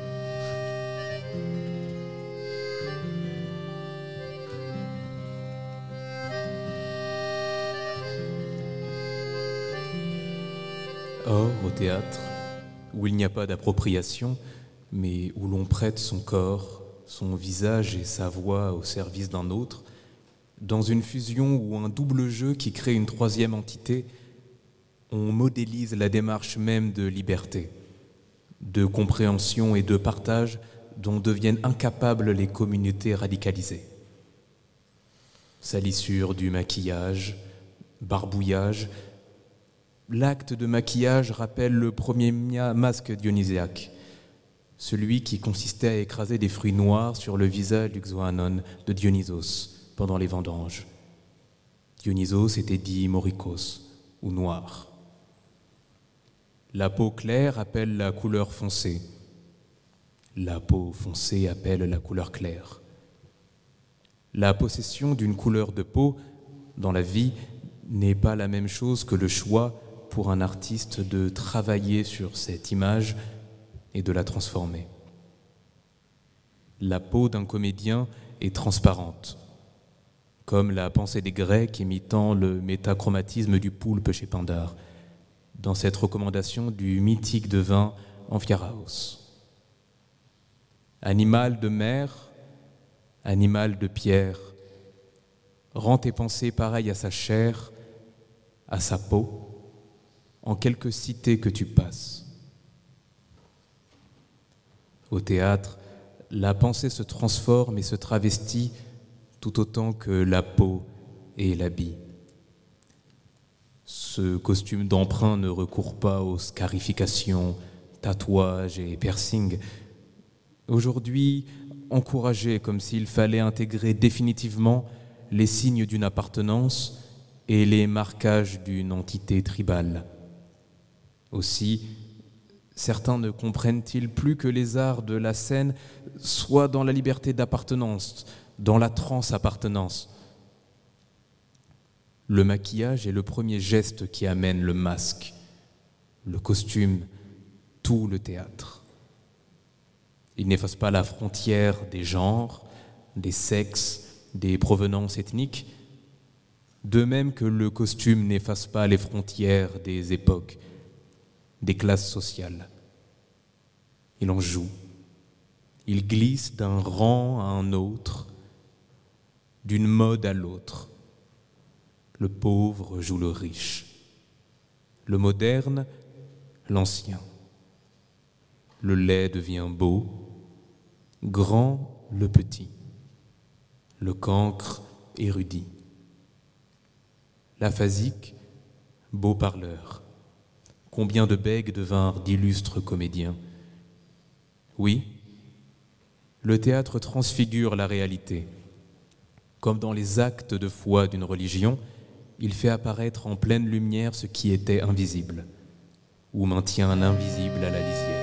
Speaker 4: Or, au théâtre, où il n'y a pas d'appropriation, mais où l'on prête son corps, son visage et sa voix au service d'un autre, dans une fusion ou un double jeu qui crée une troisième entité, on modélise la démarche même de liberté, de compréhension et de partage dont deviennent incapables les communautés radicalisées. Salissure du maquillage, barbouillage. L'acte de maquillage rappelle le premier masque dionysiaque, celui qui consistait à écraser des fruits noirs sur le visage du Xoanon de Dionysos pendant les vendanges. Dionysos était dit morikos, ou noir. La peau claire appelle la couleur foncée. La peau foncée appelle la couleur claire. La possession d'une couleur de peau dans la vie n'est pas la même chose que le choix pour un artiste de travailler sur cette image et de la transformer. La peau d'un comédien est transparente, comme la pensée des Grecs imitant le métachromatisme du poulpe chez Pindare, dans cette recommandation du mythique devin Amphiaraos. Animal de mer, animal de pierre, rends tes pensées pareilles à sa chair, à sa peau, en quelque cité que tu passes. Au théâtre, la pensée se transforme et se travestit tout autant que la peau et l'habit. Ce costume d'emprunt ne recourt pas aux scarifications, tatouages et piercings. Aujourd'hui, encouragé comme s'il fallait intégrer définitivement les signes d'une appartenance et les marquages d'une entité tribale. Aussi, certains ne comprennent-ils plus que les arts de la scène soient dans la liberté d'appartenance, dans la trans-appartenance. Le maquillage est le premier geste qui amène le masque, le costume, tout le théâtre. Il n'efface pas la frontière des genres, des sexes, des provenances ethniques, de même que le costume n'efface pas les frontières des époques, des classes sociales. Il en joue. Il glisse d'un rang à un autre, d'une mode à l'autre. Le pauvre joue le riche. Le moderne, l'ancien. Le laid devient beau, grand le petit. Le cancre érudit. L'aphasique, beau parleur. Combien de bègues devinrent d'illustres comédiens? Oui, le théâtre transfigure la réalité. Comme dans les actes de foi d'une religion, il fait apparaître en pleine lumière ce qui était invisible, ou maintient l'invisible à la lisière.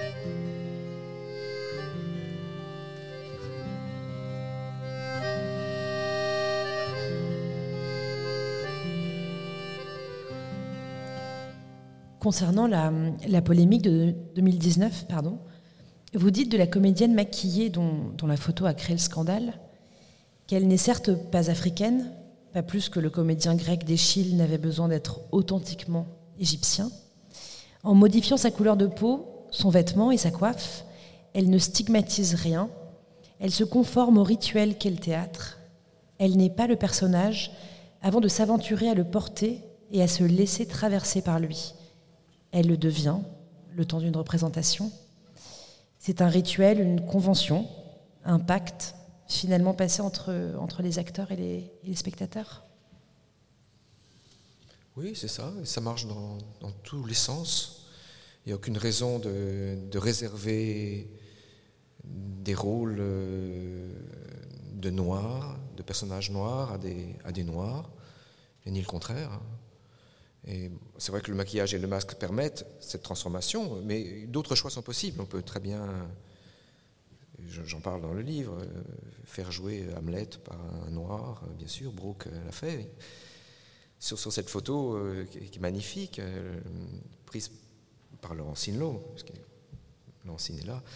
Speaker 1: Concernant la, la polémique de deux mille dix-neuf, pardon, vous dites de la comédienne maquillée dont, dont la photo a créé le scandale qu'elle n'est certes pas africaine, pas plus que le comédien grec d'Échille n'avait besoin d'être authentiquement égyptien. En modifiant sa couleur de peau, son vêtement et sa coiffe, elle ne stigmatise rien, elle se conforme au rituel qu'est le théâtre. Elle n'est pas le personnage avant de s'aventurer à le porter et à se laisser traverser par lui. Elle le devient, le temps d'une représentation. C'est un rituel, une convention, un pacte, finalement passé entre, entre les acteurs et les, et les spectateurs.
Speaker 3: Oui, c'est ça, et ça marche dans, dans tous les sens. Il n'y a aucune raison de, de réserver des rôles de noirs, de personnages noirs à des, à des noirs, et ni le contraire. Et c'est vrai que le maquillage et le masque permettent cette transformation, mais d'autres choix sont possibles. On peut très bien, j'en parle dans le livre, faire jouer Hamlet par un noir, bien sûr, Brooke l'a fait. Sur, sur cette photo euh, qui est magnifique, euh, prise par Laurence Sinlo, parce que Laurence est là,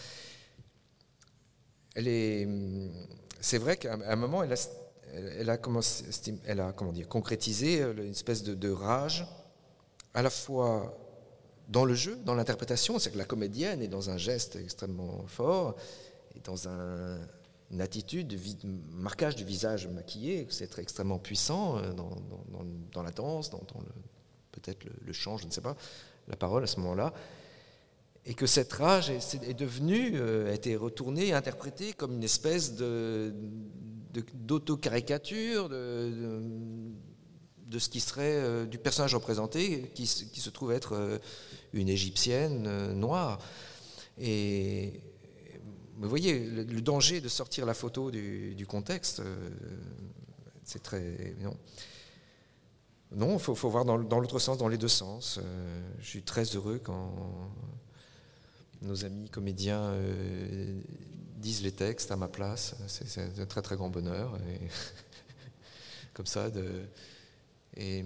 Speaker 3: elle est, c'est vrai qu'à un moment, elle a, elle a, commencé, elle a comment dire, concrétisé une espèce de, de rage, à la fois dans le jeu, dans l'interprétation, c'est que la comédienne est dans un geste extrêmement fort, et dans un, une attitude de, vi, de marquage du visage maquillé, c'est extrêmement puissant dans, dans, dans, dans la danse, dans, dans le, peut-être le, le chant, je ne sais pas, la parole à ce moment-là, et que cette rage est, est devenue, euh, a été retournée, interprétée comme une espèce de, de, d'auto-caricature, de, de, de ce qui serait euh, du personnage représenté, qui, qui se trouve être euh, une égyptienne euh, noire. Et vous voyez, le, le danger de sortir la photo du, du contexte, euh, c'est très... Non. Non, il faut, faut voir dans, dans l'autre sens, dans les deux sens. Euh, je suis très heureux quand nos amis comédiens euh, disent les textes à ma place. C'est, c'est un très très grand bonheur. Et comme ça, de, et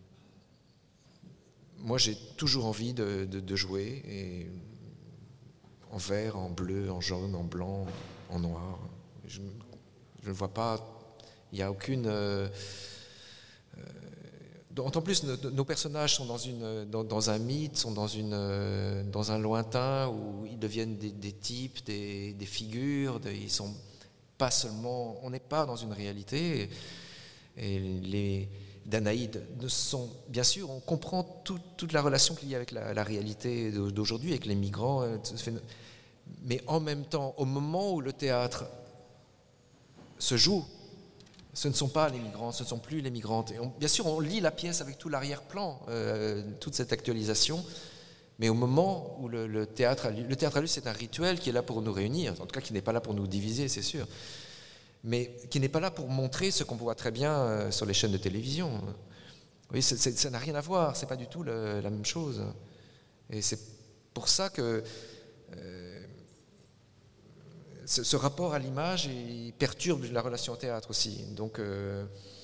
Speaker 3: moi j'ai toujours envie de, de, de jouer, et en vert, en bleu, en jaune, en blanc, en noir. Je, je ne vois pas, il n'y a aucune... Euh, euh, En plus, nos, nos personnages sont dans, une, dans, dans un mythe, sont dans, une, dans un lointain où ils deviennent des, des types, des, des figures. Des, ils sont pas seulement. On n'est pas dans une réalité. Et les Danaïdes ne sont, bien sûr, on comprend tout, toute la relation qu'il y a avec la, la réalité d'aujourd'hui, avec les migrants. Mais en même temps, au moment où le théâtre se joue, ce ne sont pas les migrants, ce ne sont plus les migrantes. Et on, bien sûr, on lit la pièce avec tout l'arrière-plan, euh, toute cette actualisation, mais au moment où le, le théâtre a lieu, le théâtre a lieu, c'est un rituel qui est là pour nous réunir, en tout cas qui n'est pas là pour nous diviser, c'est sûr, mais qui n'est pas là pour montrer ce qu'on voit très bien euh, sur les chaînes de télévision. Oui, c'est, c'est, ça n'a rien à voir, c'est pas du tout le, la même chose. Et c'est pour ça que euh, ce, ce rapport à l'image il perturbe la relation au théâtre aussi. Donc, euh,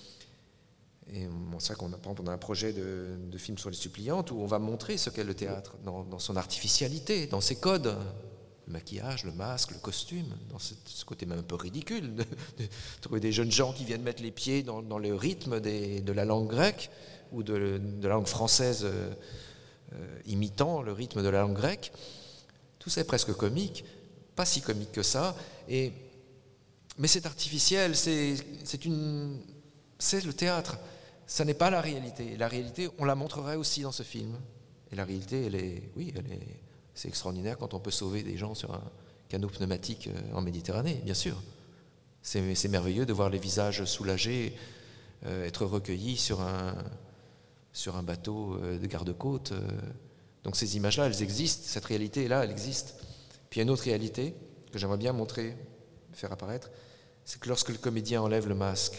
Speaker 3: et bon, c'est vrai qu'on a, par exemple, on a un projet de, de film sur les suppliantes où on va montrer ce qu'est le théâtre dans, dans son artificialité, dans ses codes. Le maquillage, le masque, le costume, dans ce, ce côté même un peu ridicule, de, de trouver des jeunes gens qui viennent mettre les pieds dans, dans le rythme des, de la langue grecque ou de, de la langue française euh, euh, imitant le rythme de la langue grecque. Tout ça est presque comique, pas si comique que ça, et, mais c'est artificiel, c'est, c'est, une, c'est le théâtre, ça n'est pas la réalité. La réalité, on la montrerait aussi dans ce film. Et la réalité, elle est, oui, elle est... C'est extraordinaire quand on peut sauver des gens sur un canot pneumatique en Méditerranée, bien sûr. C'est, c'est merveilleux de voir les visages soulagés, euh, être recueillis sur un, sur un bateau de garde-côte. Donc ces images-là, elles existent, cette réalité-là, elle existe. Puis il y a une autre réalité que j'aimerais bien montrer, faire apparaître, c'est que lorsque le comédien enlève le masque,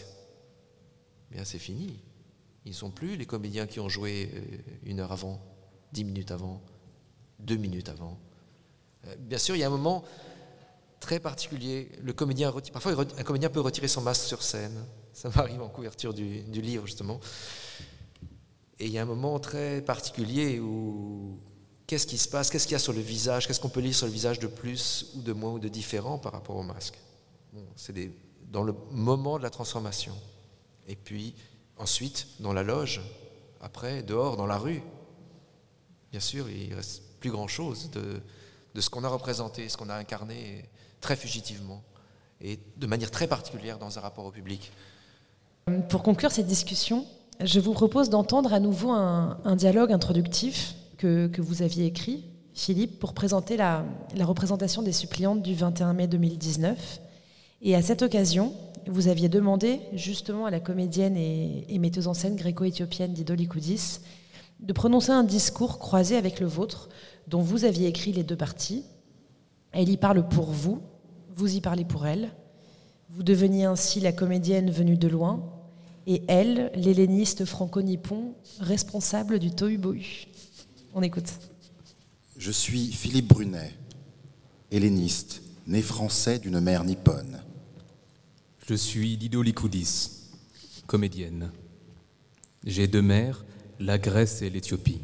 Speaker 3: eh bien c'est fini. Ils ne sont plus les comédiens qui ont joué une heure avant, dix minutes avant, deux minutes avant. Bien sûr, il y a un moment très particulier. Le comédien, parfois, un comédien peut retirer son masque sur scène. Ça m'arrive en couverture du, du livre, justement. Et il y a un moment très particulier où qu'est-ce qui se passe, qu'est-ce qu'il y a sur le visage, qu'est-ce qu'on peut lire sur le visage de plus ou de moins ou de différent par rapport au masque. Bon, c'est des, dans le moment de la transformation. Et puis, ensuite, dans la loge, après, dehors, dans la rue. Bien sûr, il reste plus grand-chose de, de ce qu'on a représenté, ce qu'on a incarné très fugitivement et de manière très particulière dans un rapport au public.
Speaker 1: Pour conclure cette discussion, je vous propose d'entendre à nouveau un, un dialogue introductif que, que vous aviez écrit, Philippe, pour présenter la, la représentation des suppliantes du vingt et un mai deux mille dix-neuf. Et à cette occasion, vous aviez demandé justement à la comédienne et, et metteuse en scène gréco-éthiopienne Didoli Koudis de prononcer un discours croisé avec le vôtre, dont vous aviez écrit les deux parties. Elle y parle pour vous, vous y parlez pour elle. Vous deveniez ainsi la comédienne venue de loin, et elle, l'helléniste franco-nippon, responsable du tohu-bohu. On écoute.
Speaker 2: Je suis Philippe Brunet, helléniste, né français d'une mère nippone.
Speaker 4: Je suis Didoli Koudis, comédienne. J'ai deux mères, la Grèce et l'Éthiopie.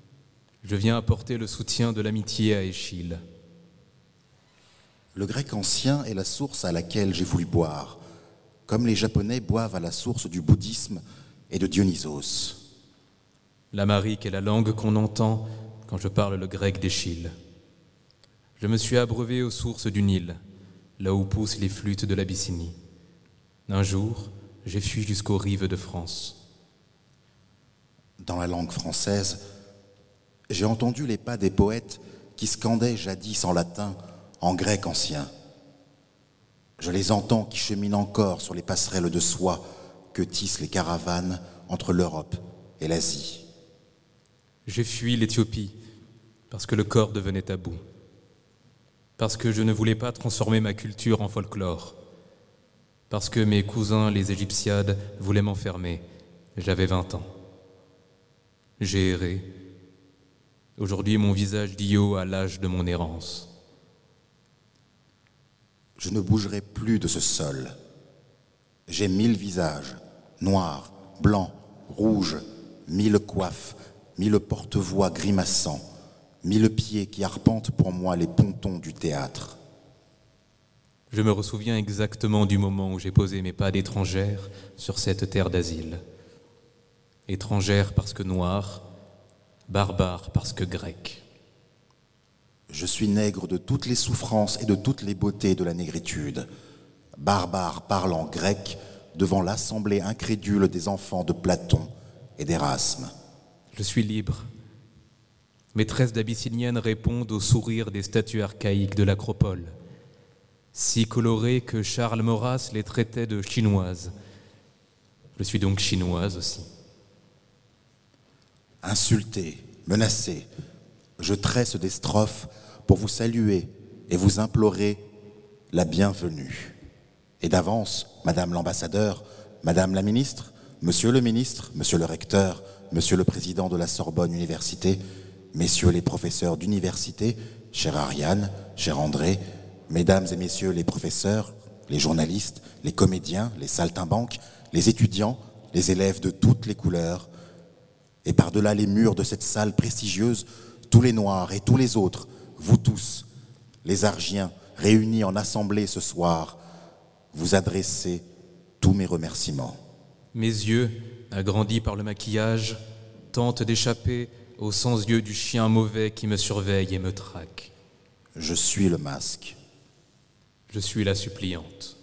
Speaker 4: Je viens apporter le soutien de l'amitié à Échille.
Speaker 2: Le grec ancien est la source à laquelle j'ai voulu boire, comme les Japonais boivent à la source du bouddhisme et de Dionysos.
Speaker 4: L'amharique est la langue qu'on entend quand je parle le grec d'Échille. Je me suis abreuvé aux sources du Nil, là où poussent les flûtes de l'Abyssinie. Un jour, j'ai fui jusqu'aux rives de France.
Speaker 2: Dans la langue française, j'ai entendu les pas des poètes qui scandaient jadis en latin, en grec ancien. Je les entends qui cheminent encore sur les passerelles de soie que tissent les caravanes entre l'Europe et l'Asie.
Speaker 4: J'ai fui l'Éthiopie parce que le corps devenait tabou, parce que je ne voulais pas transformer ma culture en folklore, parce que mes cousins, les Égyptiades, voulaient m'enfermer. J'avais vingt ans. J'ai erré. Aujourd'hui, mon visage dit haut à l'âge de mon errance.
Speaker 2: Je ne bougerai plus de ce sol. J'ai mille visages, noirs, blancs, rouges, mille coiffes, mille porte-voix grimaçants, mille pieds qui arpentent pour moi les pontons du théâtre.
Speaker 4: Je me ressouviens exactement du moment où j'ai posé mes pas d'étrangère sur cette terre d'asile. Étrangère parce que noire, barbare parce que grecque.
Speaker 2: Je suis nègre de toutes les souffrances et de toutes les beautés de la négritude, barbare parlant grec devant l'assemblée incrédule des enfants de Platon et d'Erasme.
Speaker 4: Je suis libre. Mes tresses d'abyssinienne répondent au sourire des statues archaïques de l'Acropole, si colorées que Charles Maurras les traitait de chinoises. Je suis donc chinoise aussi.
Speaker 2: Insulté, menacé, je tresse des strophes pour vous saluer et vous implorer la bienvenue. Et d'avance, Madame l'ambassadeur, Madame la ministre, Monsieur le ministre, Monsieur le recteur, Monsieur le président de la Sorbonne Université, Messieurs les professeurs d'université, chère Ariane, cher André, Mesdames et Messieurs les professeurs, les journalistes, les comédiens, les saltimbanques, les étudiants, les élèves de toutes les couleurs, et par-delà les murs de cette salle prestigieuse, tous les Noirs et tous les autres, vous tous, les Argiens réunis en assemblée ce soir, vous adressez tous mes remerciements.
Speaker 4: Mes yeux, agrandis par le maquillage, tentent d'échapper aux sans-yeux du chien mauvais qui me surveille et me traque.
Speaker 2: Je suis le masque.
Speaker 4: Je suis la suppliante.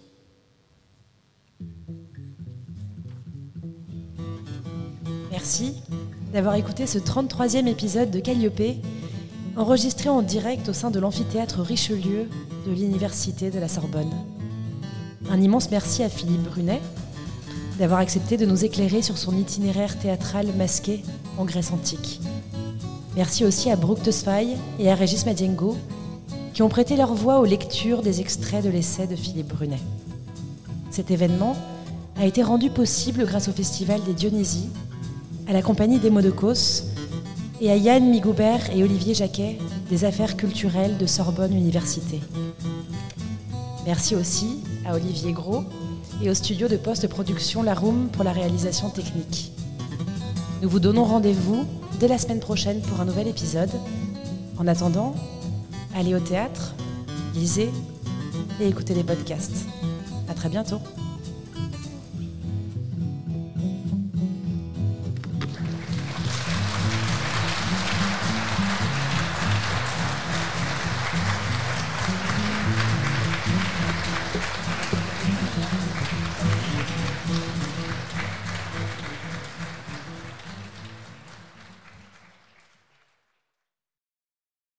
Speaker 1: Merci d'avoir écouté ce trente-troisième épisode de Calliope, enregistré en direct au sein de l'amphithéâtre Richelieu de l'Université de la Sorbonne. Un immense merci à Philippe Brunet d'avoir accepté de nous éclairer sur son itinéraire théâtral masqué en Grèce antique. Merci aussi à Brooke Tesfaye et à Régis Madiengo qui ont prêté leur voix aux lectures des extraits de l'essai de Philippe Brunet. Cet événement a été rendu possible grâce au Festival des Dionysies, à la compagnie des Modocos et à Yann Migoubert et Olivier Jacquet des Affaires culturelles de Sorbonne Université. Merci aussi à Olivier Gros et au studio de post-production La Room pour la réalisation technique. Nous vous donnons rendez-vous dès la semaine prochaine pour un nouvel épisode. En attendant, allez au théâtre, lisez et écoutez les podcasts. À très bientôt.